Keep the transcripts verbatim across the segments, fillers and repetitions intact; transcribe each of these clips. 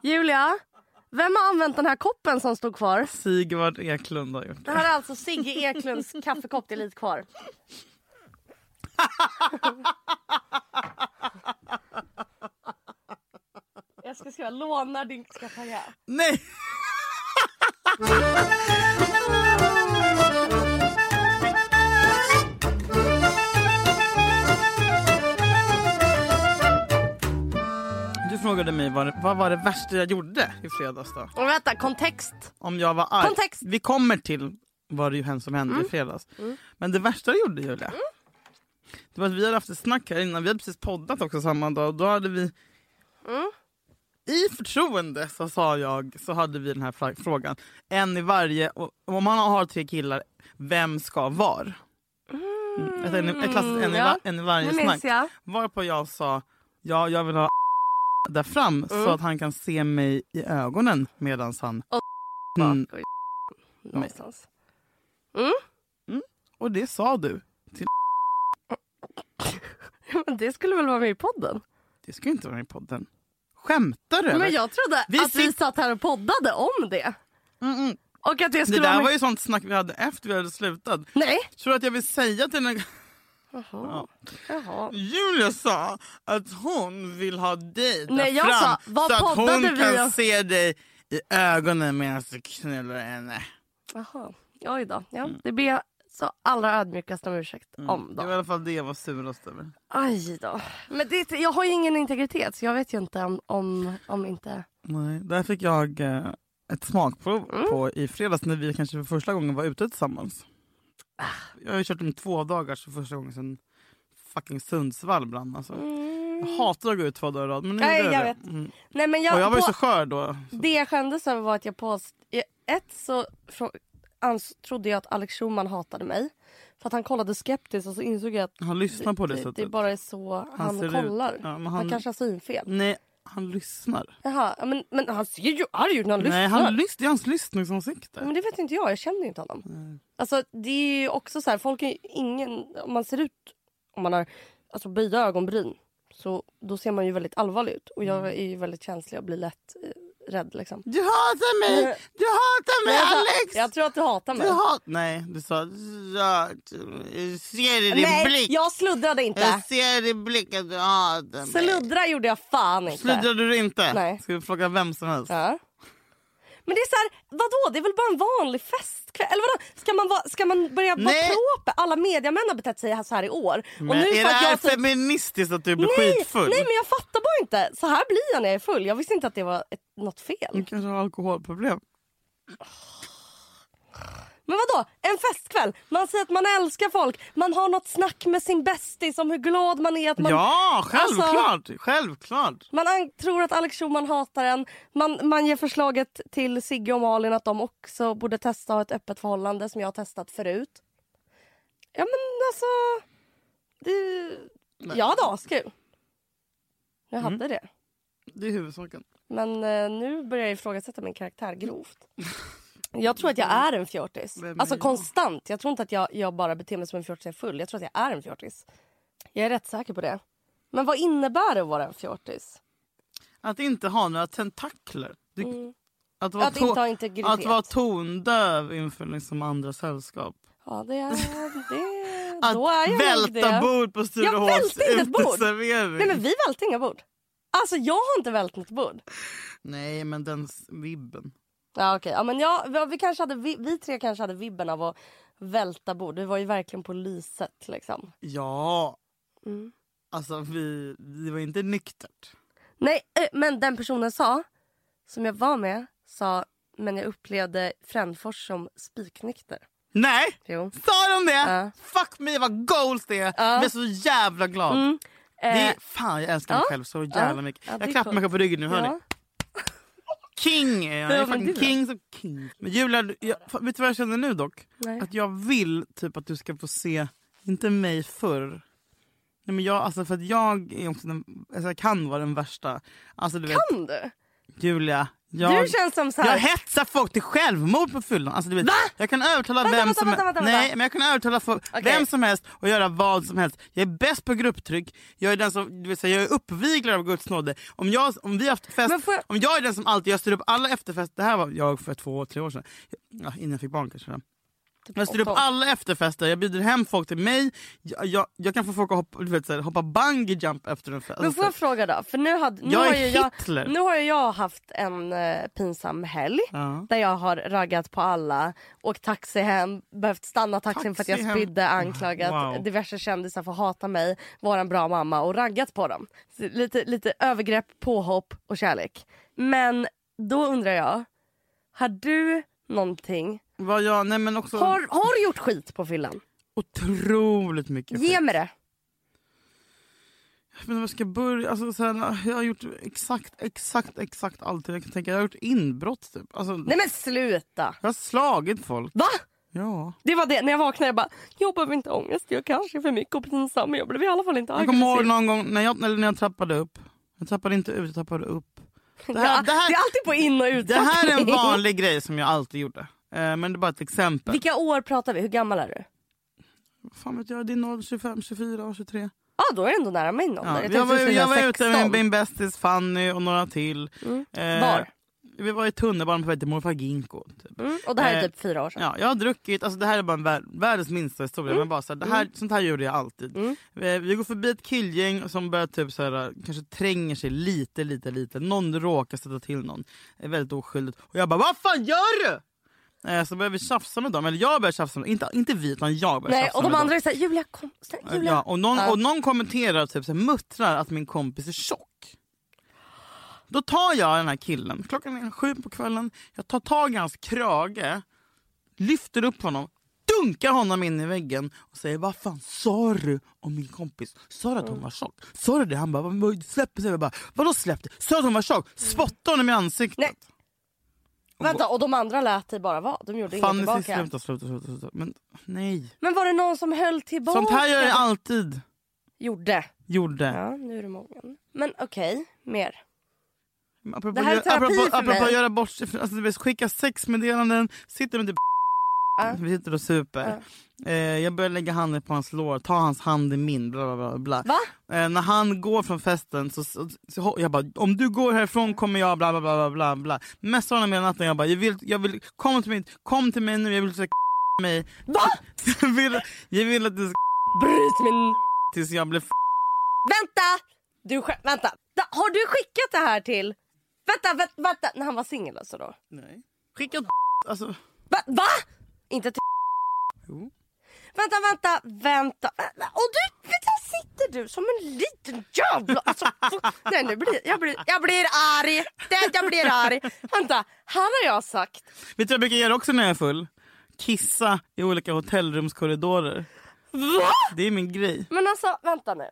Julia, vem har använt den här koppen som stod kvar? Sigvard Eklund har gjort det. Det här är alltså Sigge Eklunds kaffekopp, det är lite kvar. Jag ska skriva låna din skattagga. Nej! Du frågade mig vad, vad var det värsta jag gjorde i fredags då? Och vänta, kontext. Om jag var arg. Kontext. Vi kommer till vad det ju som hände mm. i fredags. Mm. Men det värsta jag gjorde, Julia. Mm. Det var att vi hade haft ett snack här innan. Vi hade precis poddat också samma dag. Då hade vi... Mm. I förtroende så sa jag, så hade vi den här frågan. En i varje, om man har tre killar, vem ska var? Mm. En, en klassiskt en, ja. en i varje snack. Jag. Varpå jag sa, ja, jag vill ha där fram mm. så att han kan se mig i ögonen medan han... Och mm, någonstans. Mm. Mm. Och det sa du till... Men det skulle väl vara med i podden? Det skulle inte vara med i podden. Skämtar du? Men jag trodde vi att sitt... vi satt här och poddade om det. Mm-mm. Och att det skulle det där med... var ju sånt snack vi hade efter vi hade slutat. Nej. Tror att jag vill säga till en... Jaha. Ja. Jaha. Julia sa att hon vill ha dig där Nej, jag fram sa, vad så att hon vi kan och... se dig i ögonen medan du knullar henne. Jaha, oj då. Ja, mm. Det blir så allra ödmjukast om ursäkt mm. om då. Det var i alla fall det jag var surast över. Aj då. Men det, jag har ju ingen integritet så jag vet ju inte om, om, om inte... Nej, där fick jag eh, ett smakprov mm. på i fredags när vi kanske för första gången var ute tillsammans. Ah. Jag har ju kört om två dagar för första gången sedan fucking Sundsvall brann alltså. Mm. Jag hatar att gå ut två dagar i rad. Men nu Nej, jag det. vet. Mm. Nej, men jag, och jag var ju på, så skör då. Så. Det jag skämdes över var att jag på ett så ans, trodde jag att Alex Schulman hatade mig. För att han kollade skeptiskt och så insåg jag att han lyssnar på det, det, det, sättet. det bara är så han, han kollar. Ja, han, han kanske har synfel. Nej, han lyssnar. Jaha, men, men han ser ju arg ut när han lyssnar. Nej, han lyssnar. Det är hans lyssningsansikte. Men det vet inte jag, jag känner inte honom. Nej. Alltså det är ju också så här, folk är ingen, om man ser ut, om man har alltså böjda ögonbryn. Så då ser man ju väldigt allvarlig ut. Och jag är ju väldigt känslig och blir lätt eh, rädd liksom. Du hatar mig! Du hatar mig, jag, Alex! Jag tror att du hatar mig. Du hat... Nej, du sa... Jag ser i din Nej, blick. jag sluddrade inte. Jag ser i blick att du hatar mig. Sluddra gjorde jag fan inte. Sluddrade du inte? Nej. Ska vi fråga vem som helst? Ja. Men det är så här, vadå? Det är väl bara en vanlig festkväll? Eller vadå? Ska man, va, ska man börja vara proper? Alla mediamän har betett sig så här i år. Men och nu är för det att här jag feministiskt att du blir nej, skitfull? Nej, men jag fattar bara inte. Så här blir jag när jag är full. Jag visste inte att det var ett, något fel. Du kanske har alkoholproblem. Men vadå? En festkväll. Man säger att man älskar folk. Man har något snack med sin bästis om hur glad man är. Att man, ja, självklart. Alltså, självklart. Man an- tror att Alex Schulman hatar en. Man, man ger förslaget till Sigge och Malin att de också borde testa att ha ett öppet förhållande som jag har testat förut. Ja men alltså... Det, jag hade askul. Jag hade mm. det. Det är huvudsaken. Men eh, nu börjar jag ifrågasätta min karaktär grovt. Jag tror att jag är en fjortis. Alltså jag? Konstant. Jag tror inte att jag, jag bara beter mig som en fjortis är full. Jag tror att jag är en fjortis. Jag är rätt säker på det. Men vad innebär det att vara en fjortis? Att inte ha några tentakler. Du, mm. att vara att to- inte ha integritet. Att vara tondöv inför liksom andra sällskap. Ja, det är det. Att då är jag välta det. bord på Sturehofs uteservering. Nej, men vi välte inga bord. Alltså jag har inte vält något bord. Nej, men den vibben. Ja okej, okay. Ja, men ja, vi, kanske hade, vi, vi tre kanske hade vibben av att välta bord. Det var ju verkligen på lyset liksom. Ja, mm. alltså vi, vi var inte nyktert. Nej, men den personen sa, som jag var med, sa, men jag upplevde Frändfors som spiknykter. Nej, jo. Sa de det? Ja. Fuck me, vad goals det är. Ja. Jag är så jävla glad. Mm. Det är, fan, jag älskar mig ja. själv så jävla ja. mycket. Ja, jag klappar mig på ryggen nu, hör ja. ni? King är jag. Jag är fucking king som king. Men Julia, jag, vet du vad jag känner nu dock? Nej. Att jag vill typ att du ska få se, inte mig förr. Nej, men jag, alltså för att jag är också den, alltså jag kan vara den värsta. Alltså, du kan vet, du? Julia, Jag, du känns som så här... jag hetsar folk till självmord på fyllan. Alltså, du vet, Va? jag kan övertala vänta, vem vänta, som vänta, vänta, vänta. Nej, men jag kan övertala folk, okay. vem som helst och göra vad som helst. Jag är bäst på grupptryck. Jag är den som, du vet, jag är uppviglad av Guds nåde. Om jag om vi har haft fest, jag... om jag är den som alltid jag styr upp alla efterfester. Det här var jag för två tre år sedan. Ja, innan jag fick barn kanske. Jag styr upp alla efterfester, jag bjuder hem folk till mig. Jag, jag, jag kan få folk att hoppa, du vet, så här, hoppa bungee jump efter en fest. Men får jag fråga då? För nu, hade, nu, jag har, är ju jag, nu har ju jag haft en uh, pinsam helg. Ja. Där jag har raggat på alla. Åkt taxi hem, behövt stanna taxin taxi för att jag spydde, anklagat wow. diverse kändisar för att hata mig. Var en bra mamma och raggat på dem. Så lite, lite övergrepp, påhopp och kärlek. Men då undrar jag, har du någonting... Vad jag, nej men också... har, har du gjort skit på fyllan? Otroligt mycket skit. Ge mig det. Men jag ska börja, alltså, så här, jag har gjort exakt, exakt, exakt allt jag kan tänka. Jag har gjort inbrott typ. Alltså, nej men sluta. Jag har slagit folk. Va? Ja. Det var det, när jag vaknade jag bara, jag behöver inte ångest, jag kanske är för mycket och pinsam, men jag blev i alla fall inte aggressiv. Jag kommer ihåg någon gång när jag, eller när jag trappade upp. Jag trappade inte ut, jag trappade upp. Det, här, ja, det, här, det är alltid på in- och uttrappning. Det här är en vanlig grej som jag alltid gjorde. Men det är bara ett exempel. Vilka år pratar vi? Hur gammal är du? Fan vet jag, din ålder tjugofem, tjugofyra, tjugotre. Ja, ah, då är det ändå nära min ålder. Ja, jag, jag var, jag var ute med min bästis Fanny och några till. Mm. Eh, Var? Vi var i tunnelbanan på väg till morfar Ginko. Typ. Mm. Och det här är typ fyra år sedan. Ja, jag har druckit, alltså det här är bara vär, världens minsta historia. Mm. Men bara så här, det här, mm. sånt här gjorde jag alltid. Mm. Vi, vi går förbi ett killgäng som börjar typ så här, kanske tränger sig lite, lite, lite. Någon råkar sätta till någon. Det är väldigt oskyldigt. Och jag bara, vad fan gör du? Eh, så börjar vi tjafsa med dem. Eller jag börjar tjafsa med dem. Inte, inte vi, utan jag börjar Nej, tjafsa och de med andra dem. är såhär, Julia kom. Julia. Ja, och, någon, ja. och någon kommenterar typ så här, muttrar att min kompis är tjock. Då tar jag den här killen. Klockan är sju på kvällen. Jag tar tag i hans krage. Lyfter upp honom. Dunkar honom in i väggen. Och säger, vad fan sa du om min kompis? Sa du att hon var tjock? Sa du det? Han bara, släpper sig. Jag bara, vadå släppte? Sa du att hon var tjock? Spotta honom i ansiktet. Nej. Vänta, och de andra lät dig bara vara. De gjorde inget tillbaka. Sluta, sluta, sluta, sluta. Men nej. Men var det någon som höll tillbaka? Sånt här gör jag alltid. Gjorde. Gjorde. Ja, nu är det många. Men okej, okay, mer. Apropå, det här är terapi apropå, för apropå mig. Göra bort, alltså, skicka sexmeddelanden. Sitter med typ äh. Vi sitter och super. Äh. Eh, jag börjar lägga handen på hans lår. Ta hans hand i min. Bla, bla, bla, Va? Eh, när han går från festen så, så, så jag bara, om du går härifrån kommer jag bla bla bla bla bla. Mässar honom hela natten. Jag bara, jag vill, jag vill kom till mig, kom till mig nu. Jag vill säga mig. Va? jag, vill, jag vill att du ska bryt min tills jag blir f- Vänta! Du vänta. Da, har du skickat det här till? Vänta, vänta, vänta. När han var singel alltså då? Nej. Skickat alltså. Va? Va? Inte till Jo. Vänta, vänta, vänta. Och du, vet du, sitter du som en liten jävla... Alltså, nej, nu blir, jag, blir, jag blir arg. Det, jag blir arg. Vänta, här har jag sagt. Vet du vad jag brukar göra också när jag är full? Kissa i olika hotellrumskorridorer. Va? Det är min grej. Men alltså, vänta nu.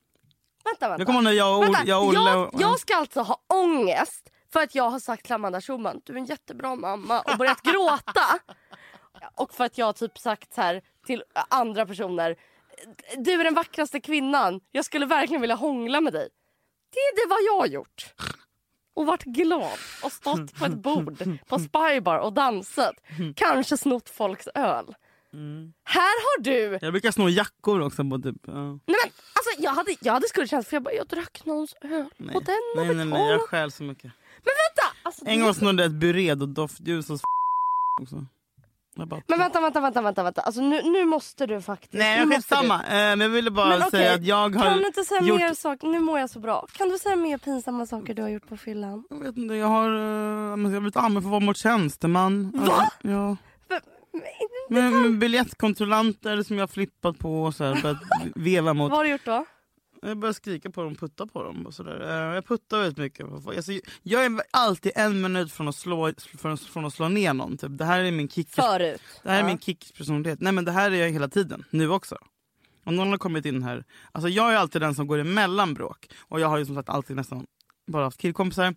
Vänta, vänta. Jag kommer när jag och vänta, jag, och Olle och, jag, jag ska alltså ha ångest för att jag har sagt till Amanda Schumann, du är en jättebra mamma, och börjat gråta. Och för att jag typ sagt så här till andra personer, du är den vackraste kvinnan, jag skulle verkligen vilja hångla med dig. Det är det vad jag har gjort. Och varit glad och stått på ett bord på Spybar och dansat. Kanske snott folks öl. Mm. Här har du... Jag brukar sno jackor också på typ... Ja. Nej men alltså jag hade, jag hade skuldkänsla för jag bara, jag drack någons öl. Nej. Och den nej, nej, nej, jag skäl så mycket. Men vänta! Alltså, en gång snodde jag ett bured och doftljus och också. Bara... Men vänta, vänta, vänta, vänta, vänta. Alltså nu, nu måste du faktiskt... Nej, jag måste samma. Du... Eh, men jag ville bara men, säga okay. att jag har Kan du inte säga gjort... mer saker? Nu mår jag så bra. Kan du säga mer pinsamma saker du har gjort på fyllan? Jag vet inte, jag har... Uh, jag vet inte, för att vara mot tjänsteman. Va? Uh, ja. Med, med biljettkontrollanter som jag har flippat på och så här, börjat veva mot. Vad har du gjort då? Jag börjar skrika på dem, putta på dem och sådär. Jag puttar väldigt mycket. Alltså, jag är alltid en minut från att slå, från, från att slå ner någon. Typ. Det här är min kickers, Förut. Det här är ja. min kickers personlighet. Nej men det här är jag hela tiden, nu också. Om någon har kommit in här. Alltså jag är alltid den som går emellan bråk. Och jag har ju som sagt alltid nästan bara haft killkompisar.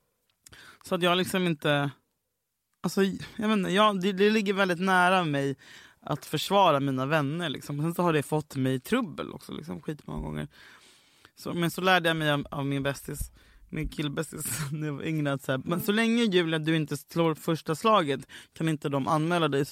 Så att jag liksom inte... Alltså jag vet inte, jag, det, det ligger väldigt nära mig att försvara mina vänner liksom. Sen så har det fått mig i trubbel också liksom, skit många gånger. Så, men så lärde jag mig av, av min bästis min killbästis när jag var yngre. Så här, men så länge Julia du inte slår första slaget kan inte de anmäla dig.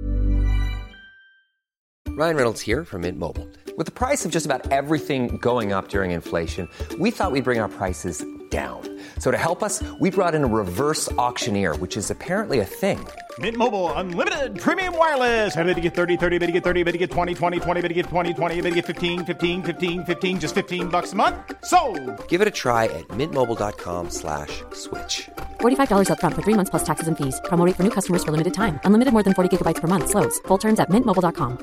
Ryan Reynolds here from Mint Mobile. With the price of just about everything going up during inflation, we thought we'd bring our prices down. So to help us, we brought in a reverse auctioneer, which is apparently a thing. Mint Mobile Unlimited Premium Wireless. How to get thirty, thirty, how to get thirty, how to get twenty, twenty, twenty, how to get twenty, twenty, how to get fifteen, fifteen, fifteen, fifteen, just fifteen bucks a month? Sold! Give it a try at mintmobile.com slash switch. forty-five dollars up front for three months plus taxes and fees. Promo rate for new customers for limited time. Unlimited more than forty gigabytes per month. Slows full terms at mint mobile dot com.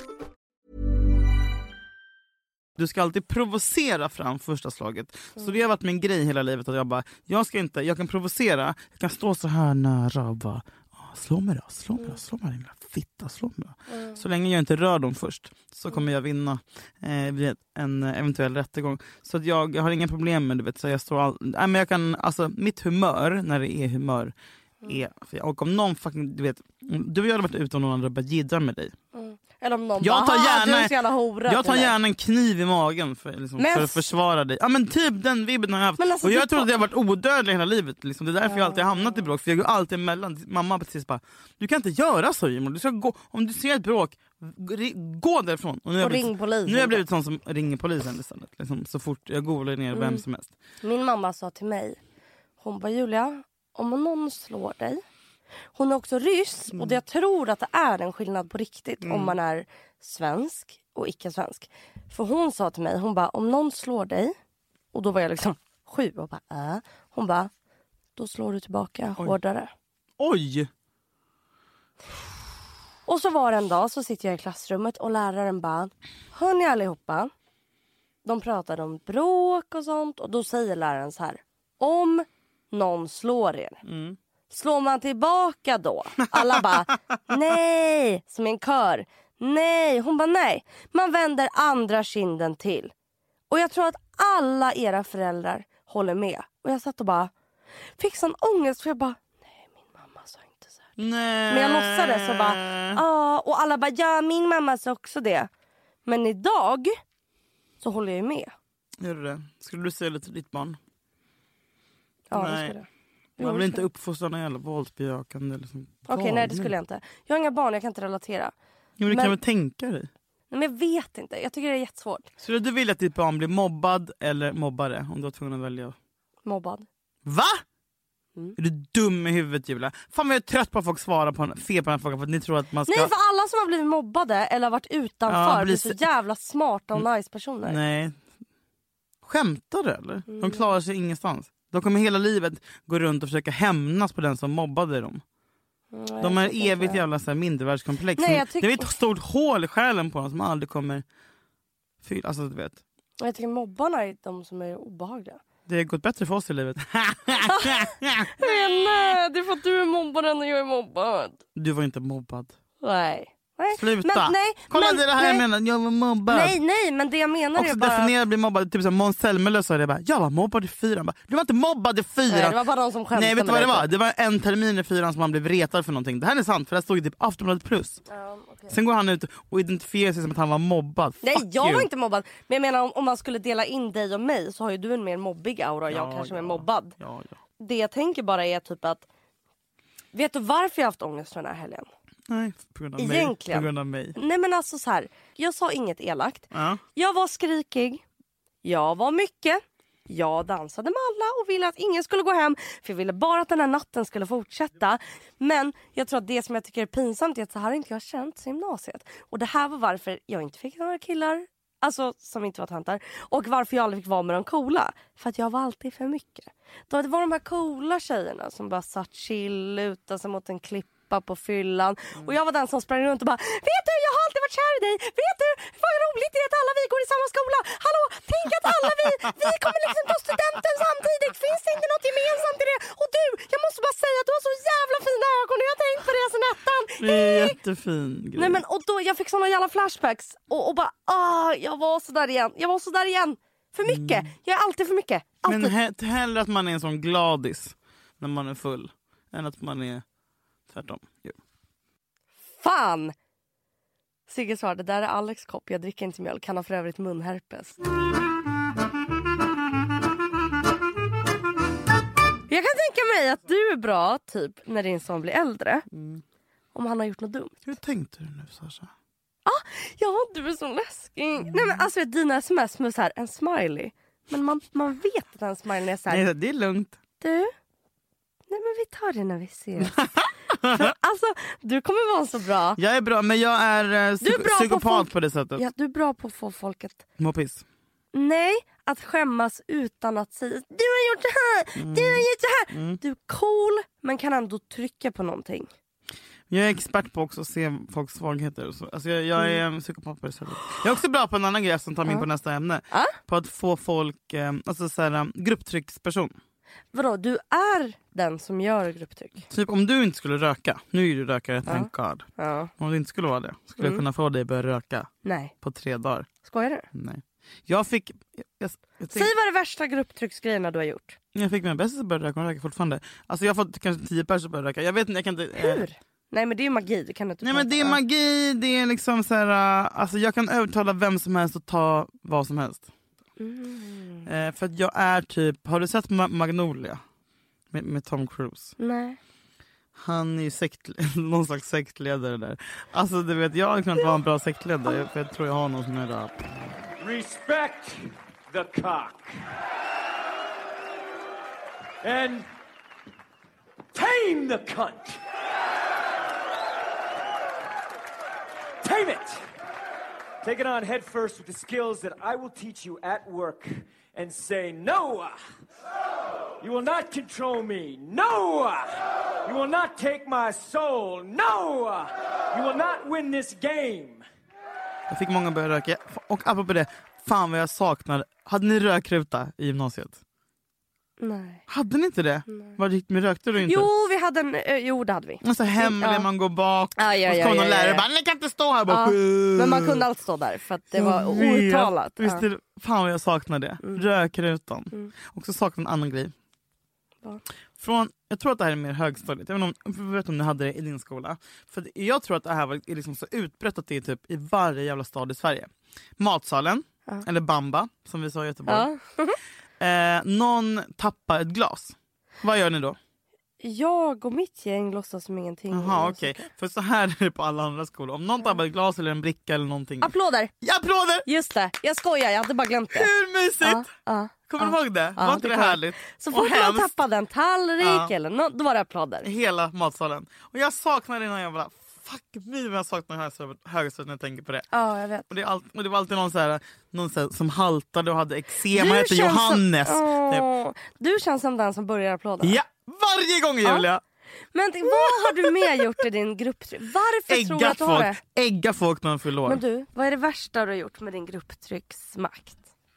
Du ska alltid provocera fram första slaget. Mm. Så det har varit min grej hela livet att jag bara, jag ska inte, jag kan provocera, jag kan stå så här nära och bara, slå mig då, slå mig då, slå mig då, fitta, slå mig då. Mm. Så länge jag inte rör dem först så kommer jag vinna eh, vid en eventuell rättegång. Så att jag, jag har inga problem med det, vet, så jag står all, nej, men jag kan, alltså mitt humör, när det är humör, är, och om någon fucking, du vet, du och jag har varit ute och någon andra bara jiddrar med dig. Mm. Eller om någon jag tar bara, gärna, du är så jävla hora, jag tar gärna en kniv i magen för, liksom, för att försvara dig. Ja men typ den vibben har jag haft. Alltså, och jag tror att jag har varit odödlig hela livet. Liksom. Det är därför ja. jag alltid har hamnat i bråk. För jag går alltid emellan. Mamma precis bara, du kan inte göra så Jimmy. Du ska gå, om du ser ett bråk, gå därifrån. Och, nu och ring blivit, polisen. Nu har jag blivit sån som ringer polisen istället. Liksom, så fort jag googlar ner mm. vem som helst. Min mamma sa till mig, hon bara, Julia, om någon slår dig. Hon är också ryss mm. och jag tror att det är en skillnad på riktigt mm. om man är svensk och icke-svensk. För hon sa till mig, hon bara, om någon slår dig, och då var jag liksom sju och bara, äh. Hon bara, då slår du tillbaka Oj. hårdare. Oj! Och så var det en dag, så sitter jag i klassrummet och läraren bara, hör ni allihopa? De pratade om bråk och sånt och då säger läraren så här, om någon slår er, mm. slår man tillbaka då? Alla bara, nej, som en kör. Nej, hon bara nej. Man vänder andra kinden till. Och jag tror att alla era föräldrar håller med. Och jag satt och bara, fick sån ångest för jag bara, nej min mamma sa inte så här. Nej. Men jag låtsades och bara, ja. Och alla bara, ja min mamma sa också det. Men idag så håller jag med. Gör du det? Skulle du säga det till ditt barn? Ja, nej. Det skulle jag. Man vill inte uppfostra någon jävla våldsbejakande. Liksom. Okej, okay, nej det skulle jag inte. Jag har inga barn, jag kan inte relatera. Jo, det men... kan väl tänka dig. Nej, men jag vet inte, jag tycker det är jättesvårt. Så du vill att ditt barn blir mobbad eller mobbare? Om du var tvungen att välja. Mobbad. Va? Mm. Är du dum i huvudet, Julia? Fan vad jag är trött på att folk svarar på en, fel på den här frågan för att ni tror att man ska... Nej, för alla som har blivit mobbade eller har varit utanför ja, blir så jävla smarta och nice personer. Nej. Skämtar du eller? Mm. De klarar sig ingenstans. De kommer hela livet gå runt och försöka hämnas på den som mobbade dem. Mm, de är evigt jävla så här mindervärldskomplex. Nej, tycker... Det är ett stort hål i själen på dem som aldrig kommer fylla. Alltså, du vet. Jag tycker mobbarna är de som är obehagliga. Det har gått bättre för oss i livet. Nej, det är för att du är mobbad än och jag är mobbad. Du var inte mobbad. Nej. Nej. Sluta. Men, nej, Kolla men, det här nej. jag menar. Jag var mobbad. Nej, nej, men det jag menar också är bara... definiera bli mobbad. Typ som Måns Zelmerlöw sa det bara. Jag var mobbad i fyran. Bara, du var inte mobbad i fyran. Nej, det var bara de som skämtade. Nej, vet du vad det var? Det var en termin i fyran som han blev retad för någonting. Det här är sant, för det stod typ Aftonbladet plus. Ja, okay. Sen går han ut och identifierar sig som att han var mobbad. Nej, Fuck jag you. var inte mobbad. Men jag menar, om, om man skulle dela in dig och mig så har ju du en mer mobbig aura och ja, jag kanske ja. är mobbad. Ja, ja. Det jag tänker bara är typ att... Vet du varför jag har haft ångest för den här helgen? Nej, på grund av Egentligen. mig. På grund av mig. Nej, men alltså så här. Jag sa inget elakt. Ja. Jag var skrikig. Jag var mycket. Jag dansade med alla och ville att ingen skulle gå hem. För jag ville bara att den här natten skulle fortsätta. Men jag tror att det som jag tycker är pinsamt är att så här har inte jag känt i gymnasiet. Och det här var varför jag inte fick några killar. Alltså som inte var tantar. Och varför jag aldrig fick vara med de coola. För att jag var alltid för mycket. Då det var de här coola tjejerna som bara satt chill, lutade sig mot en klipp på fyllan. Mm. Och jag var den som sprang runt och bara, vet du, jag har alltid varit kär i dig. Vet du, vad roligt det är att alla vi går i samma skola. Hallå, tänk att alla vi, vi kommer liksom ta studenten samtidigt. Finns det inte något gemensamt i det? Och du, jag måste bara säga att du har så jävla fina ögon. Jag har tänkt på det sen ettan. Det är jättefin grej. Nej, men och då, jag fick såna jävla flashbacks. Och, och bara, ah, jag var så där igen. Jag var så där igen. För mycket. Mm. Jag är alltid för mycket. Alltid. Men he- hellre att man är en sån gladis när man är full än att man är tvärtom. Jo. Fan! Sigge svarade, det där är Alex kopp. Jag dricker inte mjölk. Han har för övrigt munherpes. mig att du är bra typ när din son blir äldre. Mm. Om han har gjort något dumt. Hur tänkte du nu, Sasha? Ah, ja, du är så läskig. Mm. Nej, men alltså dina sms med så här, en smiley. Men man, man vet att en smiley är så här. Nej, det är lugnt. Du, nej men vi tar det när vi ses. För, alltså, du kommer vara så bra. Jag är bra, men jag är, uh, psyk- är psykopat på, folk... på det sättet. Ja, du är bra på att få folket... Moppis. Nej, att skämmas utan att säga du har gjort det här, mm. du har gjort det här. Mm. Du är cool, men kan ändå trycka på någonting. Jag är expert på också att se folks svagheter. Och så. Alltså jag, jag är mm. psykopat på det sättet. Jag är också bra på en annan grej som tar mig in på nästa ämne. Ah? På att få folk, eh, alltså såhär, grupptrycksperson. Vadå, du är den som gör grupptryck? Typ om du inte skulle röka, nu är du rökare, ja. thank God. Ja. Om du inte skulle vara det, skulle mm. jag kunna få dig att börja röka. Nej. På tre dagar. Skojar du? Nej. Jag fick... Jag, jag, jag Säg vad det värsta grupptrycksgrejerna du har gjort. Jag fick min bästa att börja röka, hon röker fortfarande. Alltså jag har fått kanske tio personer att börja röka. Jag vet inte, jag kan inte... Hur? Eh... Nej men det är magi, det kan du inte. Nej men det är magi, det är liksom så här, alltså jag kan övertala vem som helst att ta vad som helst. Mm. Eh, för att jag är typ, har du sett Ma- Magnolia? Med, med Tom Cruise? Nej. Han är ju sekt, någon slags sektledare där. Alltså du vet, jag har kunnat vara en bra sektledare. För jag tror jag har någon som är där. Respect the cock. And tame the cunt. Tame it. Take it on head first with the skills that I will teach you at work. And say no. You will not control me. No. You will not take my soul. No. You will not win this game. Jag fick många börja röka. Och apropå det, fan vad jag saknar. Hade ni rökruta i gymnasiet? Nej. Hade ni inte det? Nej. Var det, men rökte du inte? Jo, vi hade en, ö, jo det hade vi. Alltså hemlig, ja. Man går bak. Ja, ja, och så ja, kommer ja, någon lärare ja, och bara, ni kan inte stå här. Bara, ja. Men man kunde alltid stå där för att det var outtalat. Visst, ja. det, fan vad jag saknar det. Mm. Rökrutan. Mm. Och så saknar en annan grej. Va? Från, jag tror att det här är mer högstadiet. Jag vet inte om, jag vet om ni hade det i din skola. För jag tror att det här var, är liksom så utbrett att det är typ i varje jävla stad i Sverige. Matsalen, ja. Eller Bamba, som vi sa i Göteborg. Ja. eh, någon tappar ett glas. Vad gör ni då? Jag och mitt gäng låtsas som ingenting. Jaha, okej. Okay. För så här är det på alla andra skolor. Om någon tappar ett glas eller en bricka eller någonting. Applåder! Ja, applåder! Just det, jag skojar, jag hade bara glömt det. Hur mysigt! Ja, ja, kommer ja, du ihåg det? Ja, var inte det, det härligt? Så fort man tappade en tallrik ja. eller något, då var det applåder. Hela matsalen. Och jag saknar den här jävla... Fuck me, vad jag saknar högstadiet när jag tänker på det. Ja, jag vet. Och det, all, och det var alltid någon, så här, någon så här, som haltade och hade eksema, hette Johannes. Som, åh, du känns som den som börjar applåda. Ja, varje gång Julia. Ja. Men vad har du mer gjort i din grupptryck? Varför ägga tror du att du har det? Ägga folk när de fyller år. Men du, vad är det värsta du har gjort med din grupptrycksmakt?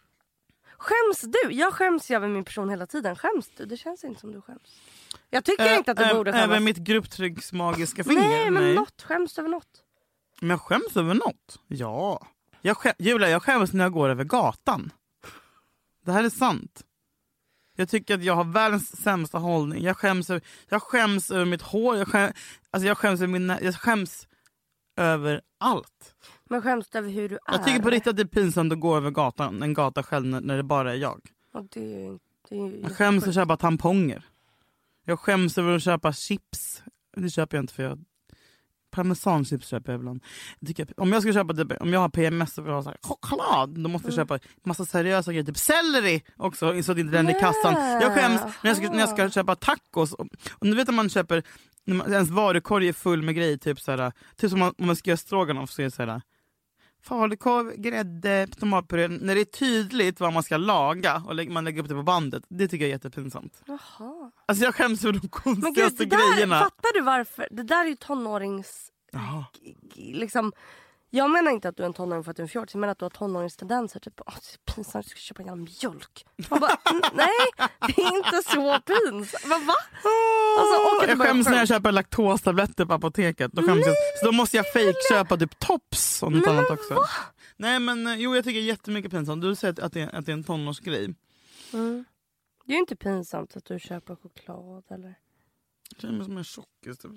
Skäms du? Jag skäms ju över min person hela tiden. Skäms du? Det känns inte som du skäms. Jag tycker äh, inte att du äh, borde skämmas. Över mitt grupptrycksmagiska finger? Nej, men Nej. något. Skäms du över något? Men jag skäms över något? Ja. Jag skäm, Julia, jag skäms när jag går över gatan. Det här är sant. Jag tycker att jag har världens sämsta hållning. Jag skäms över, jag skäms över mitt hår. Jag skäms, alltså jag skäms över mina, jag skäms över allt. Men skäms du över hur du är? Jag tycker på riktigt att det är pinsamt att gå över gatan, en gata själv när, när det bara är jag. Och det är ju, det är ju jag skäms över att köpa tamponger. Jag skäms över att köpa chips. Det köper jag inte för jag... Parmesanchips köper jag ibland. Jag tycker, om jag ska köpa typ, om jag har P M S och vill ha så här, choklad, då måste jag köpa massa seriösa grejer, typ selleri också, så att det inte den i kassan. Jag skäms när jag ska, när jag ska köpa tacos och, och nu vet att man köper, när man, ens varukorg är full med grejer, typ så här, typ som man, om man ska göra stroganoff så är det så här falukorv, grädde, tomatpuré. När det är tydligt vad man ska laga och lä- man lägger upp det på bandet, det tycker jag är jättepinsamt. Jaha. Alltså jag skäms för de konstigaste men gud, där, grejerna. Fattar du varför? Det där är ju tonårings... Jaha. Liksom, jag menar inte att du är en tonåring för att du är en fjortis. Jag menar att du har tonåringstendenser. Typ, åh, det är pinsamt, du ska köpa en jävla mjölk. Man bara, nej, det är inte så pinsamt. Va? va? Alltså, jag skäms när jag köper laktostabletter på apoteket. Då skäms jag. Så då måste jag fake köpa typ Tops och något men annat också. Va? Nej men jo, jag tycker jättemycket pinsamt. Du säger att det är, att det är en tonårsgrej. Mm. Det är ju inte pinsamt att du köper choklad eller... Jag känner mig som en tjockis typ så.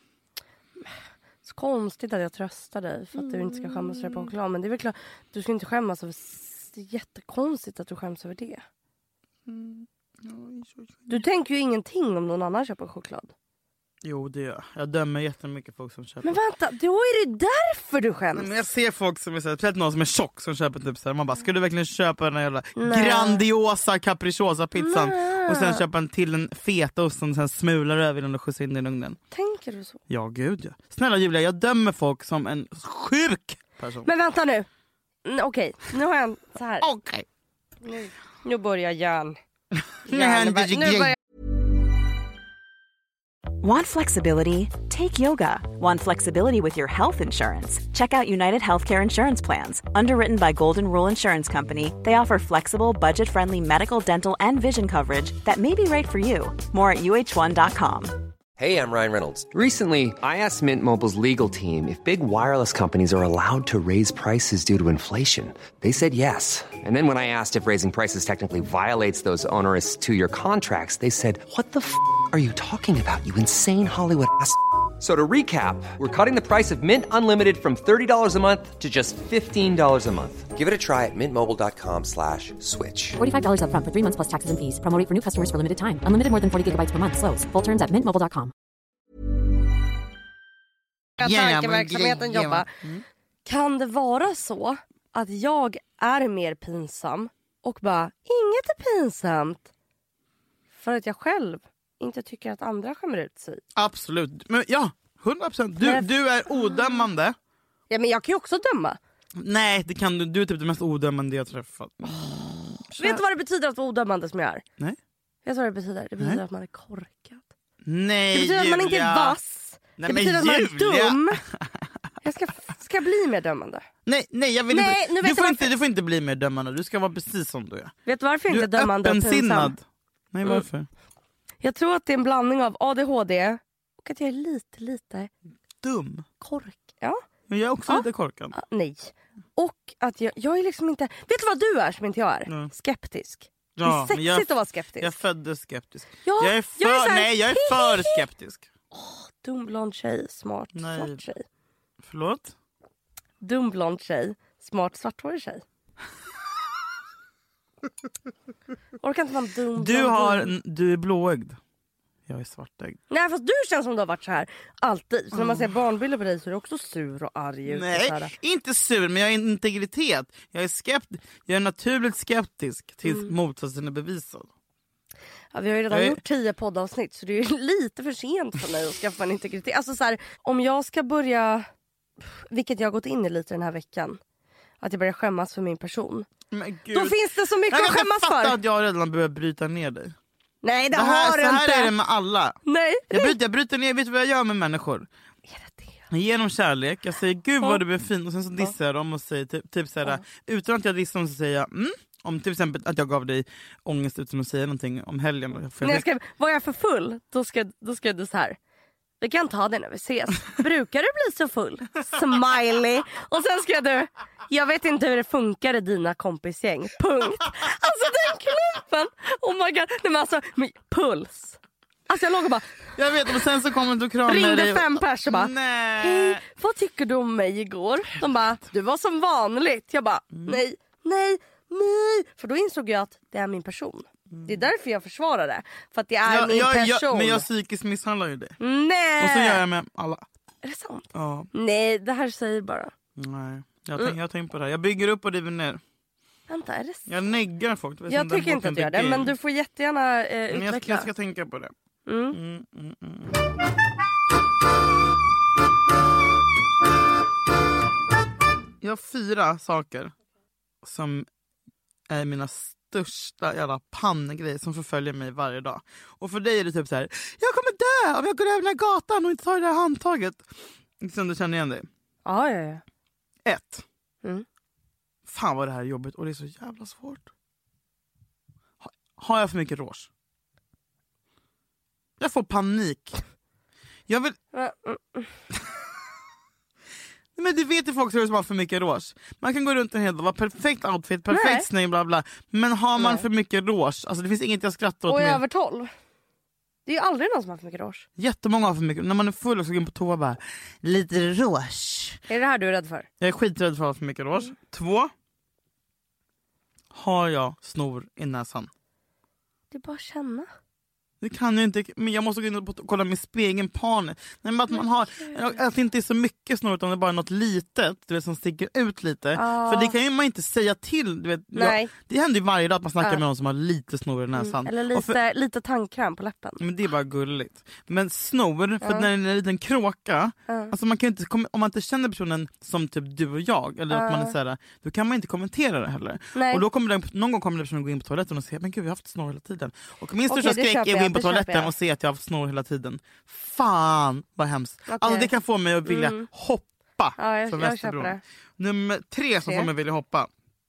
Så konstigt att jag tröstar dig för att mm. du inte ska skämmas över choklad. Men det är väl klart, du ska inte skämmas över... Det är jättekonstigt att du skäms över det. Mm. Du tänker ju ingenting om någon annan köper choklad. Jo, det gör jag. Jag dömer jättemycket folk som köper. Men vänta, då är det därför du skäms. Men jag ser folk som är så här, speciellt någon som är tjock som köper typ så här, man bara, ska du verkligen köpa den här jävla Nej. grandiosa capricciosa pizzan Nej. och sen köpa en till en fetaost som sen smular över den och skjutsar in den i ugnen? Tänker du så? Ja, gud ja. Snälla Julia, jag dömer folk som en sjuk person. Men vänta nu. Mm, Okej, okay. nu har jag en så här. Okej. Okay. Nu, nu börjar järn. Nu händer det grejer. Want flexibility? Take yoga. Want flexibility with your health insurance? Check out United Healthcare Insurance Plans. Underwritten by Golden Rule Insurance Company, they offer flexible, budget-friendly medical, dental, and vision coverage that may be right for you. More at U H one dot com. Hey, I'm Ryan Reynolds. Recently, I asked Mint Mobile's legal team if big wireless companies are allowed to raise prices due to inflation. They said yes. And then when I asked if raising prices technically violates those onerous two-year contracts, they said, what the f*** are you talking about, you insane Hollywood ass f- So to recap, we're cutting the price of Mint Unlimited from thirty dollars a month to just fifteen dollars a month. Give it a try at mintmobile.com slash switch. forty-five dollars up front for three months plus taxes and fees. Promo rate for new customers for limited time. Unlimited more than forty gigabytes per month. Slows full terms at mint mobile dot com. Tankeverksamheten jobba. Mm. Kan det vara så att jag är mer pinsam och bara, inget är pinsamt för att jag själv inte tycker att andra skämmer ut sig? Absolut. Men ja, hundra procent. Du, du är odömande. Ja, men jag kan ju också döma. Nej, det kan du. Du är typ det mest odömande jag träffat. Mm. Vet du vad det betyder att vara odömande som jag är? Nej. Vet du vad det betyder? Det betyder Nej. att man är korkad. Nej, det betyder Julia. att man inte är vass. Nej, det betyder att man Julia. är dum. Jag ska, ska bli mer dömande. Nej, nej, jag vill nej inte. Nu du, vet får varför... inte, du får inte bli mer dömande. Du ska vara precis som du är. Vet du varför jag du inte är dömande och pinsam? Nej, varför? Mm. Jag tror att det är en blandning av A D H D och att jag är lite, lite... Dum? Kork, ja. Men jag är också ja. lite korkad. Ja, nej. Och att jag, jag är liksom inte... Vet du vad du är som inte jag är? Ja. Skeptisk. Ja, det är sexigt jag, att vara skeptisk. Jag föddes skeptisk. Ja, jag är för, jag är så här, nej, jag är för skeptisk. Oh, dum blond tjej, smart nej. svart tjej. Förlåt? Dum blond tjej, smart svarthårig tjej. Orkar inte vara en dum du, har, du är blåögd. Jag är svartägd. Nej, fast du känns som du har varit så här alltid. Så när man ser barnbilder på dig så är du också sur och arg. Nej, så här. inte sur, men jag har integritet. Jag är skeptisk. Jag är naturligt skeptisk tills mm. motsatsen är bevisad. Ja, vi har ju redan är... gjort tio poddavsnitt så det är ju lite för sent för mig att skaffa en integritet. Alltså så här, om jag ska börja, vilket jag har gått in i lite den här veckan, att jag börjar skämmas för min person. Men Gud. Då finns det så mycket jag att skämmas för. Jag fattar att jag redan börjar bryta ner dig. Nej, det, det här, har du så inte. Så här är det med alla. Nej. Jag bryter, jag bryter ner, vet du vad jag gör med människor? Är det det? Genom kärlek, jag säger gud ja. vad du är fin och sen så dissar jag dem och säger typ, typ såhär, ja. utan att jag dissar dem så säger jag mm, om till exempel att jag gav dig ångest utan att säga någonting om helgen. När jag ska, var jag för full, då ska, då ska du så här. Vi kan ta det när vi ses. Brukar du bli så full? Smiley. Och sen ska du... Jag vet inte hur det funkar i dina kompisgäng. Punkt. Alltså den klumpen. Oh my god. Nej, men alltså, puls. Alltså jag låg och bara... Jag vet, och sen så kommer du och kramar ringde dig. fem pers och bara... Nej. Hej, vad tycker du om mig igår? De bara, du var som vanligt. Jag bara, Mm. nej, nej, nej. För då insåg jag att det är min person. Det är därför jag försvarar det. För att det är jag, min jag, person. Jag, men jag psykiskt misshandlar ju det. Nej. Och så gör jag med alla. Är det sant? Ja. Nej, det här säger bara. Nej, jag tänker mm. tänk på det här. Jag bygger upp och river ner. Vänta, är det sant? Jag neggar folk. Jag, jag tycker inte att du gör det, men du får jättegärna eh, utveckla. Men jag, jag ska tänka på det. Mm. Mm, mm, mm. Jag har fyra saker som är mina största jävla pannegrejer som förföljer mig varje dag. Och för dig är det typ så här: jag kommer dö om jag går över den här gatan och inte tar det här handtaget. Som du känner igen dig. Ja, ja, ja. Ett. Mm. Fan vad det här är jobbigt och det är så jävla svårt. Har, har jag för mycket rouge? Jag får panik. Jag vill... Men du vet ju folk som har för mycket rouge. Man kan gå runt en hel dag, vara perfekt outfit, perfekt snygg, bla bla. Men har man Nej. för mycket rouge, alltså det finns inget jag skrattar åt. Och med. över tolv. Det är ju aldrig någon som har för mycket rouge. Jättemånga har för mycket. När man är full och så går in på toa bara, lite rouge. Är det här du är rädd för? Jag är skiträdd för att ha för mycket rouge. Mm. Två. Har jag snor i näsan? Det är bara att känna. Det kan jag inte, men jag måste gå in och kolla med spegeln partner. Nej, men att man har, att det inte är så mycket snor utan det är bara något litet, du vet, som sticker ut lite. Ah. För det kan ju man inte säga till, du vet. Nej. Jag, det händer ju varje dag att man snackar Ah. med någon som har lite snor i näsan. Mm. Eller lite, för, lite tandkräm på läppen. men det är bara gulligt. Men snor, för Ah. när det är en liten kråka, Ah. alltså man kan inte, om man inte känner personen som typ du och jag, eller att man är så här, då kan man inte kommentera det heller. Nej. Och då kommer den, någon gång kommer den personen gå in på toaletten och säga, men gud, vi har haft snor hela tiden. Och min största Okej, det skräck är att köper gå in på jag, det köper toaletten jag. och se att jag har haft snor hela tiden. Fan vad hemskt. Okej. Alltså det kan få mig att vilja Mm. hoppa Ja, jag, för jag Västerbron. köper det. Nummer tre som Tre. får mig vilja hoppa.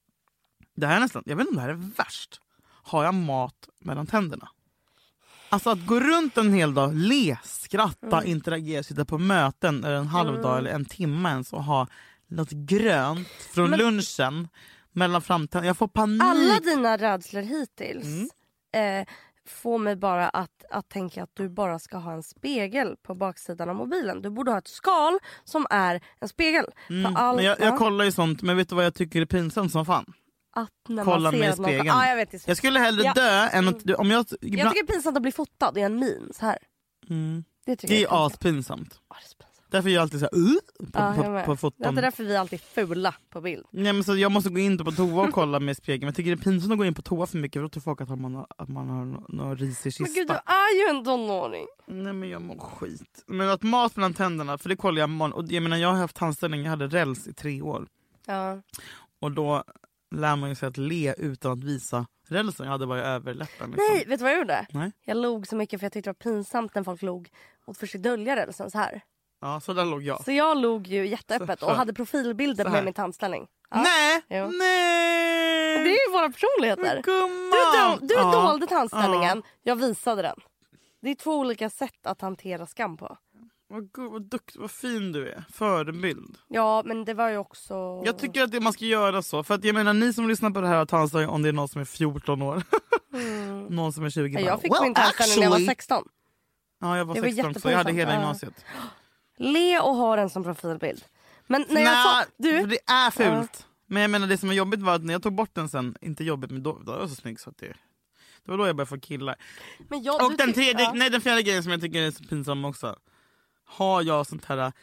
Det här är nästan, jag vet inte om det här är värst. Har jag mat mellan tänderna? Alltså att gå runt en hel dag, le, skratta, Mm. interagera, sitta på möten eller en halv dag eller en timme ens och ha något grönt från Men- lunchen mellan framtänderna. Jag får panik. Alla dina rädslor hittills Mm. eh, får mig bara att, att tänka att du bara ska ha en spegel på baksidan av mobilen. Du borde ha ett skal som är en spegel. Mm. För all, Men jag, jag ja, kollar ju sånt, men vet du vad jag tycker är pinsamt som fan? att när kolla man ser mig i att någon- spegeln. Ja, jag, vet, det är så. Jag skulle hellre Ja. dö än att... Om jag, Jag ibland, tycker det är pinsamt att bli fotad i en min så här. mm, Det tycker det jag är pinsamt. aspinsamt. Ja, det är så pinsamt. Därför är jag alltid så här, uh, på, Ja, jag på, med. på Det foton. är därför vi alltid är fula på bild. Nej, men så jag måste gå in på toa och kolla med spegeln. Men jag tycker det är pinsamt att gå in på toa för mycket. För då tror folk att man har, att man har någon nå ris i Men gud, du kistan. är ju en tonåring. Nej, men jag mår skit. Men att mat mellan tänderna, för det kollar jag imorgon. Och jag menar, jag har haft tandställning, jag hade räls i tre år. Ja. Och då lär man ju sig att le utan att visa rälsen. Jag hade bara över läppen. Liksom. Nej, vet du vad jag gjorde? Nej. Jag log så mycket för jag tyckte det var pinsamt när folk log och försökte dölja rälsen så här. Ja, så där låg jag. Så jag log ju jätteöppet Så- och hade profilbilder så här. med min tandställning. Ja. Nej! Jo. Nej! Det är ju våra personligheter. Men gumman! Du, döl, du Ja. dolde tandställningen, jag visade den. Det är två olika sätt att hantera skam på. Vad, god, vad, dukt, vad fin du är. Förebild. Ja, men det var ju också... Jag tycker att det, man ska göra så. För att jag menar, ni som lyssnar på det här har tandställning om det är någon som är fjorton år. Mm. Någon som är tjugo. Ja, bara, jag fick well, min tandställning när jag var actually- sexton. Ja, jag var Det var sexton så jag hade hela jättepinsamt. gymnasiet. Le och ha den som profilbild. Men när jag Nej, sa... Du, för det är fult. Men jag menar, det som var jobbigt var att när jag tog bort den sen, inte jobbigt men då, då var jag så snygg så att det... Det var då jag började få killar. men jag, Och du den tyck- tredje, ja. nej den fjärde grejen som jag tycker är så pinsam också. Har jag sånt här... Eh,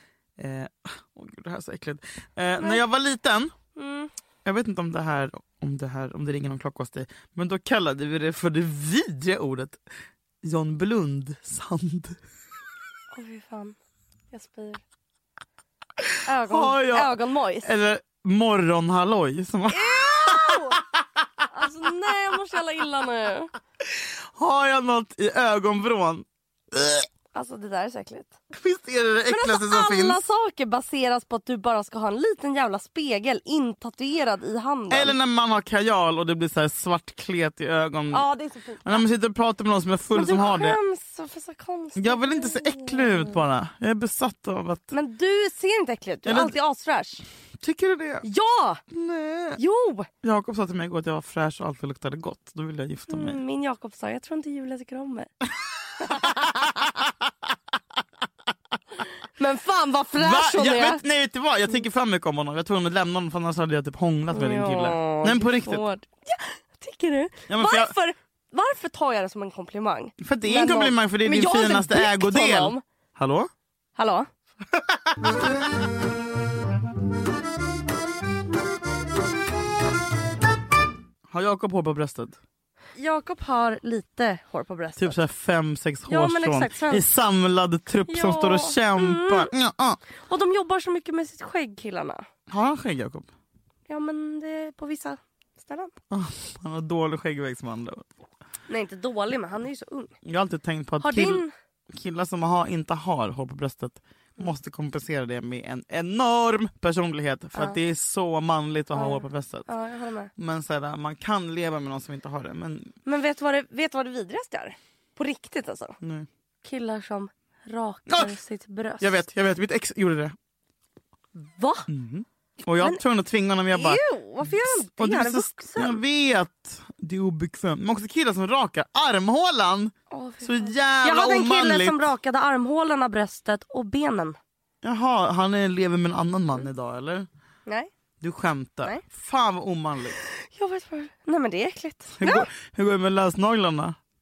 åh gud, det här är så äckligt. Eh, när jag var liten, Mm. jag vet inte om det här, om det här, om det ringer någon klocka hos dig, men då kallade vi det för det vidriga ordet John Blund-sand. Åh, fy fan. Jag spyr. Har Ögon, jag- ögonmojs. Eller morgonhalloj. Som var, Alltså nej, jag mår så jävla illa nu. har jag något i ögonvrån? Alltså det där är så äckligt. Visst är det det Men äckligaste alltså, som alla finns? saker baseras på att du bara ska ha en liten jävla spegel intatuerad i handen. Eller när man har kajal och det blir så här svart klet i ögonen. Ja, det är så fint. Men när man sitter och pratar med någon som är full Men du som har det. skäms så för så konstigt. Jag vill inte se äcklig ut bara. Jag är besatt av att... Men du ser inte äcklig ut. Du är Eller- alltid asfräsch. Tycker du det? Ja! Nej. Jo! Jakob sa till mig igår att jag var fräsch och alltid luktade gott. Då ville jag gifta mig. Mm, min Jakob sa, jag tror inte Julia tycker om mig. Men fan vad Va? fräsch hon Jag är. vet, nej vet du vad? Jag tycker fram mycket om honom. Jag tror hon lämna honom för annars hade jag typ hånglat med din kille. Ja, Nej men på det är riktigt. svårt. Ja, tycker du? Ja, men för jag- varför, varför tar jag det som en komplimang? För att det är en Men någon- komplimang för det är Men din jag har inte finaste byggt ägodel. honom. Hallå? Hallå? Har Jakob hår på bröstet? Jakob har lite hår på bröstet. Typ så här fem, sex Ja, men hårstrån exakt, svensk- i samlad trupp som Ja. står och kämpar. Mm. Ja, ja. Och de jobbar så mycket med sitt skägg, killarna. Har han skägg, Jakob? Ja, men det är på vissa ställen. Han har dålig skäggväxt med andra ord. Nej, inte dålig, men han är ju så ung. Jag har alltid tänkt på att Har kill- din... killar som har, inte har hår på bröstet måste kompensera det med en enorm personlighet. För Ja. att det är så manligt att ha Ja. hår på bröstet. Ja, jag håller med. Men så här, man kan leva med någon som inte har det. Men Men vet du vad det, vet du vad det vidrigaste är? På riktigt alltså. nej. Killar som rakar Ah! sitt bröst. Jag vet, jag vet. Mitt ex gjorde det. Va? Och jag var Men- tvungen att tvinga honom. Jag bara... Jo, varför gör han Och det? det Han är är så, vuxen. jag vet. Det är obekvämt. Men också killar som rakar armhålan. Åh, fy Så fan. jävla Jag hade en kille omanligt. som rakade armhålorna, bröstet och benen. Jaha, han är, lever med en annan man idag eller? Nej, Du skämtar. Nej. Fan vad omanligt. jag vet vad. Nej, men det är äckligt. Hur, går, hur går det med lösnaglarna?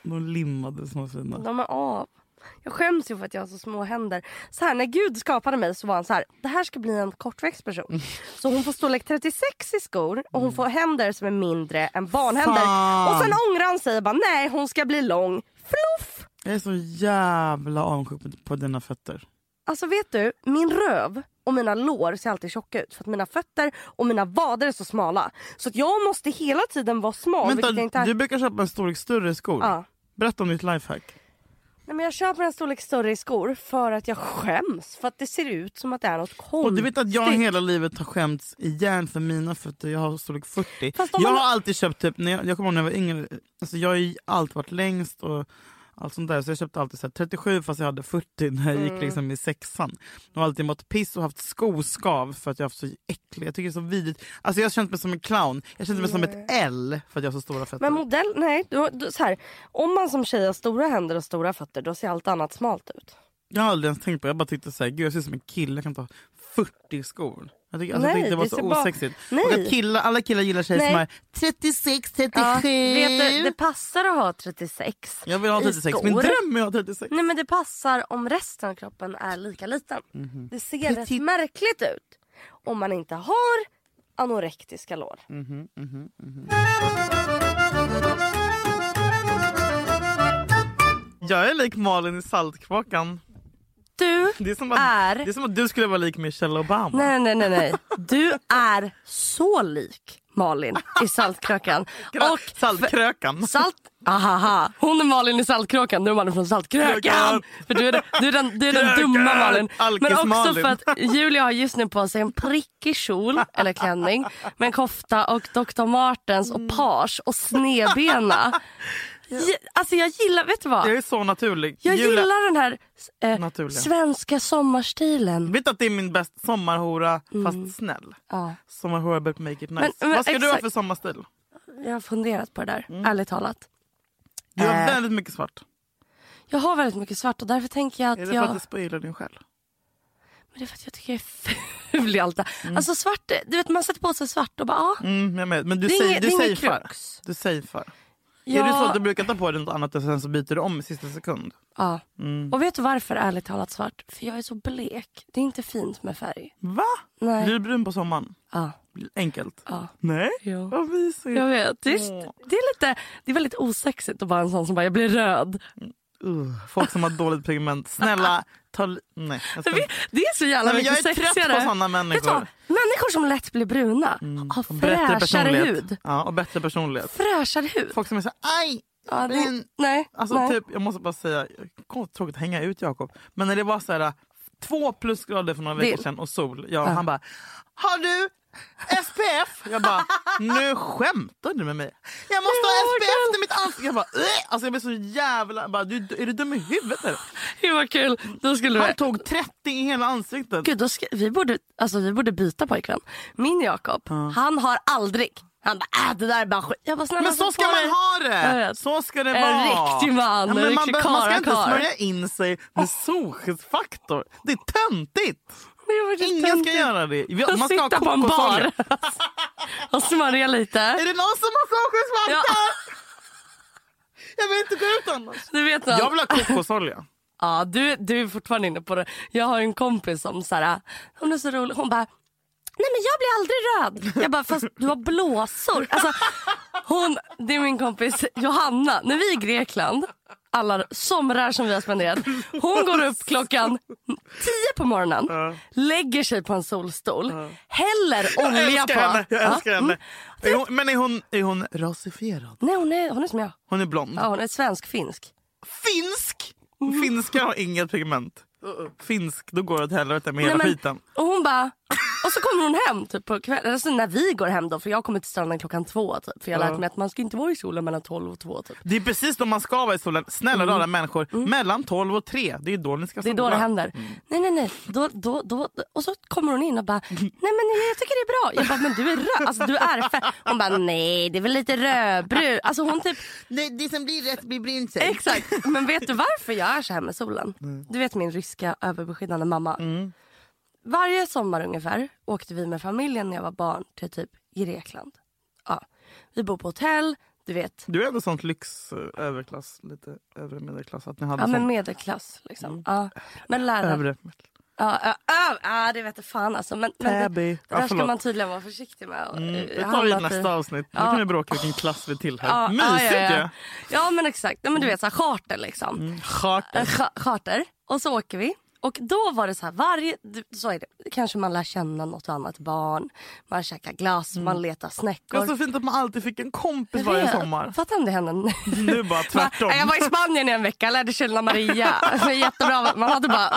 De limmade små fina. De är av. Jag skäms ju för att jag har så små händer. Så här, när Gud skapade mig så var han så här: det här ska bli en kortväxt person. Så hon får storlek trettiosex i skor och hon får händer som är mindre än barnhänder. Fan. Och sen ångrar han sig och bara, nej, hon ska bli lång. Fluff! Jag är så jävla avundsjuk på, på dina fötter. Alltså vet du, min röv och mina lår ser alltid tjocka ut. För att mina fötter och mina vader är så smala. Så att jag måste hela tiden vara smal. Vänta, jag inte är... du brukar köpa en storlek större skor. Ja. Berätta om ditt lifehack. Nej, men jag köper en storlek större i skor för att jag skäms. För att det ser ut som att det är något konstigt. Och du vet att jag hela livet har skämts igen för mina fötter. Jag har storlek fyrtio. Jag man... har alltid köpt typ, när jag, jag kommer ihåg när jag var yngre. Alltså jag har ju alltid varit längst och allt sånt där. Så jag köpte alltid så här, trettiosju fast jag hade fyrtio när jag mm. gick liksom i sexan. Jag har alltid mått piss och haft skoskav för att jag har haft så äcklig. Jag tycker det är så vidrigt. Alltså jag har känt mig som en clown. Jag känner mig mm. som ett L för att jag har så stora fötter. Men modell, nej. Du, du, så här, om man som tjej har stora händer och stora fötter, då ser allt annat smalt ut. Jag har aldrig ens tänkt på. Jag bara tyckte så här, gud jag ser som en kille. Jag kan ta fyrtio skor. Jag tycker, alltså, nej, jag tyckte det var så osexigt. Bara... Och att killar, alla killar gillar tjejer som är trettiosex, trettiosju. Ja, vet du, det passar att ha trettiosex. Jag vill ha trettiosex. Min dröm är att ha trettiosex. Nej, men det passar om resten av kroppen är lika liten. Mm-hmm. Det ser Petit... rätt märkligt ut om man inte har anorektiska lår. Mm-hmm, mm-hmm, mm-hmm. Jag är lik Malin i Saltkråkan. Du det är, som att, är... det är som att du skulle vara lik Michelle Obama. Nej, nej, nej, nej. Du är så lik Malin i Saltkråkan. Och Saltkrökan. Salt... Ahaha. Hon är Malin i Saltkråkan. Du är Malin från Saltkrökan. För du är, du är den, du är den dumma Malin. Men också Malin. för att Julia har just nu på sig en prickig kjol eller klänning med en kofta och doktor Martens och page och snedbena. Ja. Alltså jag gillar, vet du vad? Jag är så naturlig. Jag Julia... gillar den här eh, svenska sommarstilen. Vet du att det är min bästa sommarhora mm. fast snäll? Ja. Sommarhora but make it nice. Men, men, vad ska exakt. du ha för sommarstil? Jag har funderat på det där, mm. ärligt talat. Du har eh, väldigt mycket svart. Jag har väldigt mycket svart och därför tänker jag att jag... Är det jag... för att du speglar din själ? Men det är för att jag tycker jag är ful i allt det. Mm. Alltså svart, du vet man sätter på sig svart och bara ja. Mm, jag med. Men du det säger, inget, du säger för. för. Du säger för. Ja. Är det så att du brukar ta på dig något annat och sen så byter du om i sista sekund? Ja. Mm. Och vet du varför ärligt talat svart? För jag är så blek. Det är inte fint med färg. Va? Nej. Blir du brun på sommaren? Ja. Enkelt? Ja. Nej? Ja. Vad mysigt. Jag vet. Det är, det är lite, det är väldigt osexigt att vara en sån som bara, jag blir röd. Uh, folk som har dåligt pigment. Snälla, ta... Nej. Jag, ska... det är så jävla Nej, mycket jag är sexigare. trött på sådana människor. Människor som lätt blir bruna. Mm. Har fräschare hud. Ja, och bättre personlighet. Fräschare hud. Folk som är så aj. Ja, det, nej, alltså nej. Typ, jag måste bara säga, tråkigt att hänga ut Jakob. Men när det var så här två plusgrader för några veckor det... sedan och sol. Ja, ja. Han bara, har du S P F? Jag bara, nu skämtar du med mig. Jag måste ha S P F till mitt ansikte. Jag bara, äh! Alltså jag blir så jävla, bara, du, är du dum i huvudet eller? Det var kul. Då skulle Han vi... tog trettio i hela ansiktet. Gud, då ska... vi, borde, alltså, vi borde byta pojkvän. Min Jakob, ja. Han har aldrig... Han bara, äh, det där är bara skit. Jag bara, snälla, men så ska man ha det. Så ska det en vara. En riktig man. Ja, men man, kara, man ska inte kara. smörja in sig med solskyddsfaktor. Det är töntigt. Det Ingen töntigt. ska göra det. Man ska sitta ha på en bar och, och smörja lite. Är det någon som har solskyddsfaktor? Ja. Jag vill inte gå ut annars. Du vet vad? Jag vill ha kokosolja. Ja, du, du är fortfarande inne på det. Jag har en kompis som så här, hon är så rolig. Hon bara, nej men jag blir aldrig röd. Jag bara, fast du har blåsor. Alltså, hon, det är min kompis Johanna. När vi är i Grekland, alla somrar som vi har spenderat. Hon går upp klockan tio på morgonen. Uh. Lägger sig på en solstol. Uh. Häller olja jag på. Henne, jag älskar ja. henne. Är hon, men är hon, är hon rasifierad? Nej, hon är, hon är som jag. Hon är blond. Ja, hon är svensk-finsk. Finsk? Finska har inget pigment. Uh-uh. Finsk, då går det åt helvete med hela men, skiten. Och hon bara... Och så kommer hon hem typ på kvällen. Alltså när vi går hem då. För jag kommer till stranden klockan två typ. För jag har lärt mig att man ska inte vara i solen mellan tolv och två typ. Det är precis då man ska vara i solen. Snälla mm. rara människor. Mm. Mellan tolv och tre. Det är då ni ska sola. Det är då det händer. Mm. Nej nej nej. Då, då, då. Och så kommer hon in och bara. Nej men jag tycker det är bra. Jag bara, men du är röd. Alltså du är fett. Hon bara, nej det är väl lite rödbrun. Alltså hon typ. Det, det som blir rätt blir brunt. Exakt. Men vet du varför jag är så här med solen? Mm. Du vet min ryska överbeskyddande mamma. Mm. Varje sommar ungefär åkte vi med familjen när jag var barn till typ Grekland. Ja. Vi bor på hotell, du vet. Du är ändå sånt lyx, överklass, lite övre medelklass. Att ni hade ja, men sånt... medelklass liksom. Mm. Ja, men lärare. Övre. Ja, ja, ja, ja, det vet jag fan alltså. Men, men det, det där ja, ska man tydligen vara försiktig med. Mm, det tar vi i nästa i... avsnitt. Nu ja. kan vi bråka vilken klass vi tillhör. Ja, Mysigt ja, ja, ja. ja, men exakt. Ja, men du vet, så här, charter liksom. Mm, charter. charter. Och så åker vi. Och då var det så här, varje, så är det, kanske man lär känna något annat barn. Man käkar glass, mm. man letar snäckor. Det var så fint att man alltid fick en kompis varje sommar. Fattar om det hände? Nu bara tvärtom. Jag var i Spanien i en vecka, lärde känna Maria. Jättebra, man hade bara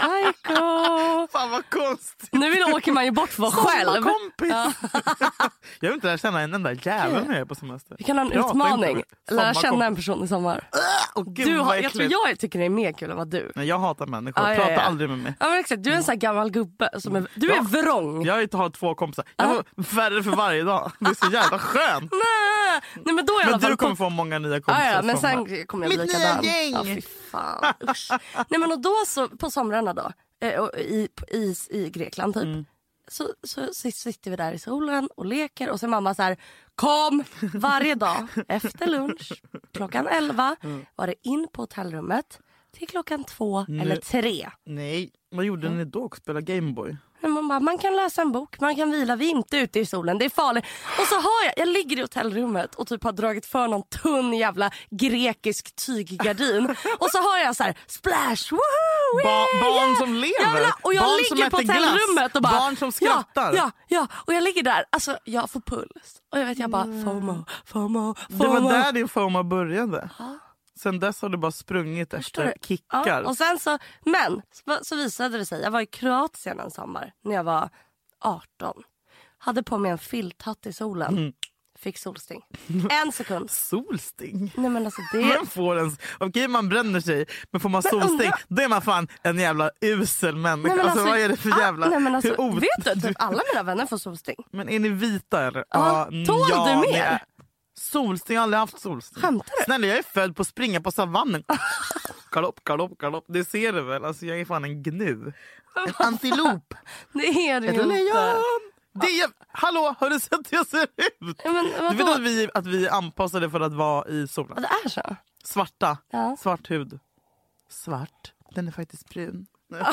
psycho. Fan vad konstigt. Nu åker man ju bort för själv. Kompis. Ja. Jag vill inte lära känna en enda jävel med på semester. Vi kan ha en Prata utmaning. Lära känna kompis. En person i sommar. Äh, oh, du har, jag tror jag tycker det är mer kul än vad du. Nej, jag hatar människor. Ah, Prata ja, ja. aldrig med mig. Ja, men exakt. Du är en sån här gammal gubbe. Som är, du ja. är vrång. Jag vill har två kompisar. Jag har ah. färre för varje dag. Det är så jävla skönt. Nej, Nej men då i alla men fall du kommer få många nya kompisar. Ah, ja, men sen kommer jag bli likadan. Mitt nya gäng. Ja, fy fan. Usch. Nej, men och då så på somrarna då. I, i, i Grekland typ. Mm. Så, så, så sitter vi där i solen och leker. Och så är mamma så här: kom varje dag efter lunch klockan elva mm. var det in på hotellrummet till klockan två Nej. eller tre. Nej, vad gjorde mm. ni då? Spela Gameboy? Man, bara, man kan läsa en bok, man kan vila, vi är inte ute i solen, det är farligt. Och så har jag, jag ligger i hotellrummet och typ har dragit för någon tunn jävla grekisk tyggardin. Och så har jag så här, splash, woohoo, ba- barn som lever, ja, och jag barn ligger på hotellrummet och bara, barn som skrattar. Ja, ja, ja, och jag ligger där, alltså jag får puls. Och jag vet, jag bara, FOMO, FOMO, FOMO. Det var där din FOMO började. Ja. Sen dess har du bara sprungit efter kickar. Ja, och sen så, men så, så visade det sig, jag var i Kroatien en sommar när jag var arton. Hade på mig en filthatt i solen. Mm. Fick solsting. En sekund. Solsting? Nej, men alltså det... Man får en... Okej, man bränner sig. Men får man men solsting, undra... då är man fan en jävla usel människa. Alltså, alltså vad är det för jävla... Nej, men alltså, ot... vet du, typ alla mina vänner får solsting. Men är ni vita eller? Ja, uh, tål ja, du mer? Är... Solsting, jag har aldrig haft solsting. Skämtar du? Snälla, jag är född på att springa på savannen. Galopp, galopp, galopp. Det ser du väl? Alltså, jag är fan en gnu. En antilop. Det är du inte. Det är, hallå, har du sett hur jag ser ut? Men, du vet att vi, att vi är anpassade för att vara i solen. Det är så? Svarta, ja. Svart hud. Svart, den är faktiskt brun.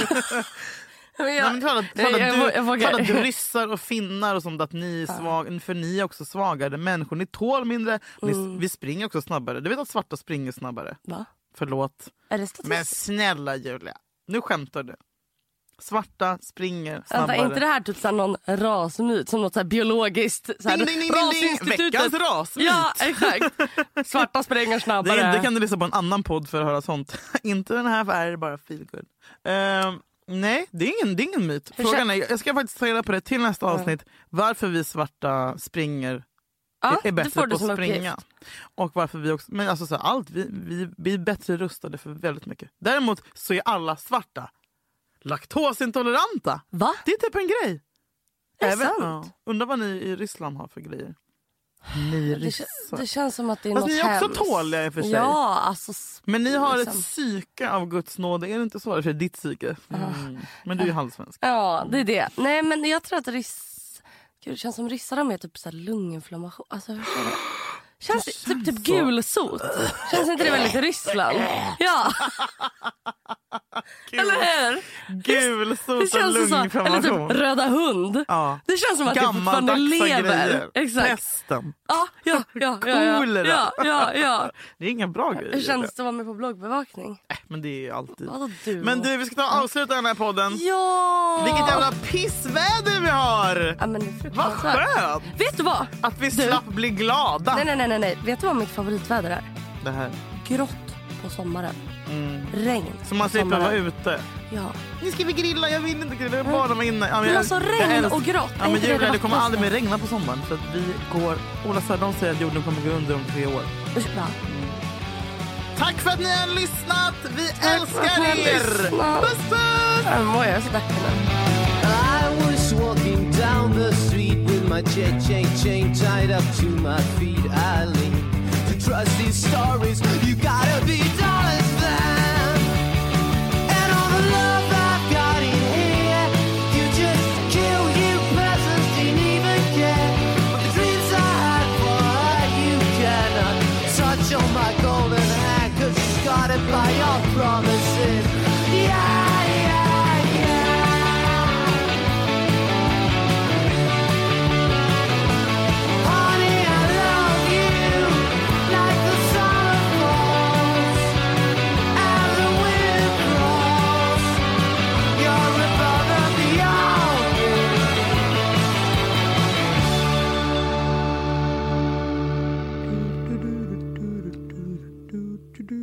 Men jag, Nej, men tala, tala, jag, jag, jag, du, tala du ryssar och finnar och sånt, att ni är svag, för ni är också svagare människor. Ni tål mindre, mm. ni, vi springer också snabbare. Du vet att svarta springer snabbare. Va? Förlåt. Är det statistiskt? Men snälla Julia, nu skämtar du. Svarta springer snabbare. Är inte det här typ så här någon rasmyt, som något så här biologiskt så här, ding, ding, ding, rasinstitutet. Veckans rasmyt. Ja, exakt. Svarta springer snabbare. Det, det kan du lyssna på en annan podd för att höra sånt. Inte den här, för är det bara feel good. Uh, nej, det är ingen, det är ingen myt. Frågan är, jag ska faktiskt ta reda på det till nästa mm. avsnitt. Varför vi svarta springer ja, är bättre på att springa. Uppgift. Och varför vi också, men alltså så här, allt, vi, vi, vi är bättre rustade för väldigt mycket. Däremot så är alla svarta laktosintoleranta. Va? Det är typ en grej. Är det Även, sant? Ja. Undrar vad ni i Ryssland har för grejer. Ni ryssar. Det, det känns som att det är Fast något ni är också hemskt. tåliga i och för sig. Ja, alltså, men ni har liksom. ett psyke av Guds nåd. Är det inte så? För det är ditt psyke. Mm. Men du är ju halvsvensk. Ja, det är det. Nej, men jag tror att ryss... Gud, det känns som ryssar har med typ så här lunginflammation. Alltså, hur är det? Känns det typ, typ gulsot? Känns inte det väldigt Ryssland? Ja. Eller hur? Gulsot och lunginflammation. Eller typ röda hund. Ja. Det känns som att det fortfarande lever. Exakt. Pesten. Ja, ja, ja, ja, ja, ja, ja, ja. Det är ingen bra grej. Hur känns det att vara med på bloggbevakning? Äh, men det är alltid. Du? Men du, vi ska ta och avsluta den här podden. Ja. Vilket jävla pissväder vi har. Ja, men det är vad skönt. Vet du vad? Att vi du? slapp bli glada. Nej, nej, nej, nej. Vet du vad mitt favoritväder är? Det här. Grått på sommaren. Mm. Regn. Så man slipper vara ute. Ja. Nu ska vi grilla, jag vill inte grilla, jag vill bara vara inne. Ja, men, men alltså regn och grått. Ja, men Julia, det, det kommer aldrig mer regna på sommaren. Så att vi går, Ola Söderholm säger att jorden kommer gå under om tre år. Usch, bra. Mm. Tack för att ni har lyssnat. Vi Tack älskar er. Puss, puss. Jag är så tacklig nu. I was walking down the street with my chain, chain, chain tied up to my feet. I lean to trust these stories. You gotta be dollars then. And all the love I've got in here, you just kill, you peasants didn't even care. But the dreams I had for her, you cannot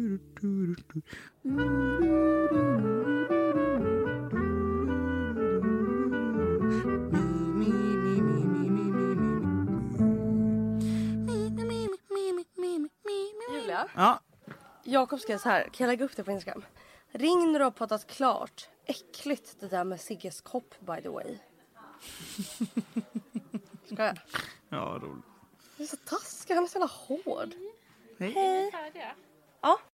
Julia? Ja. Jakob skrev så här. Kan jag lägga upp det på Instagram? Ring när du har pratat klart. Äckligt det där med Sigges kopp, by the way. Ska jag? Ja, roligt. Det är så taskig. Han är så jävla hård. Hej. Hej. Ja.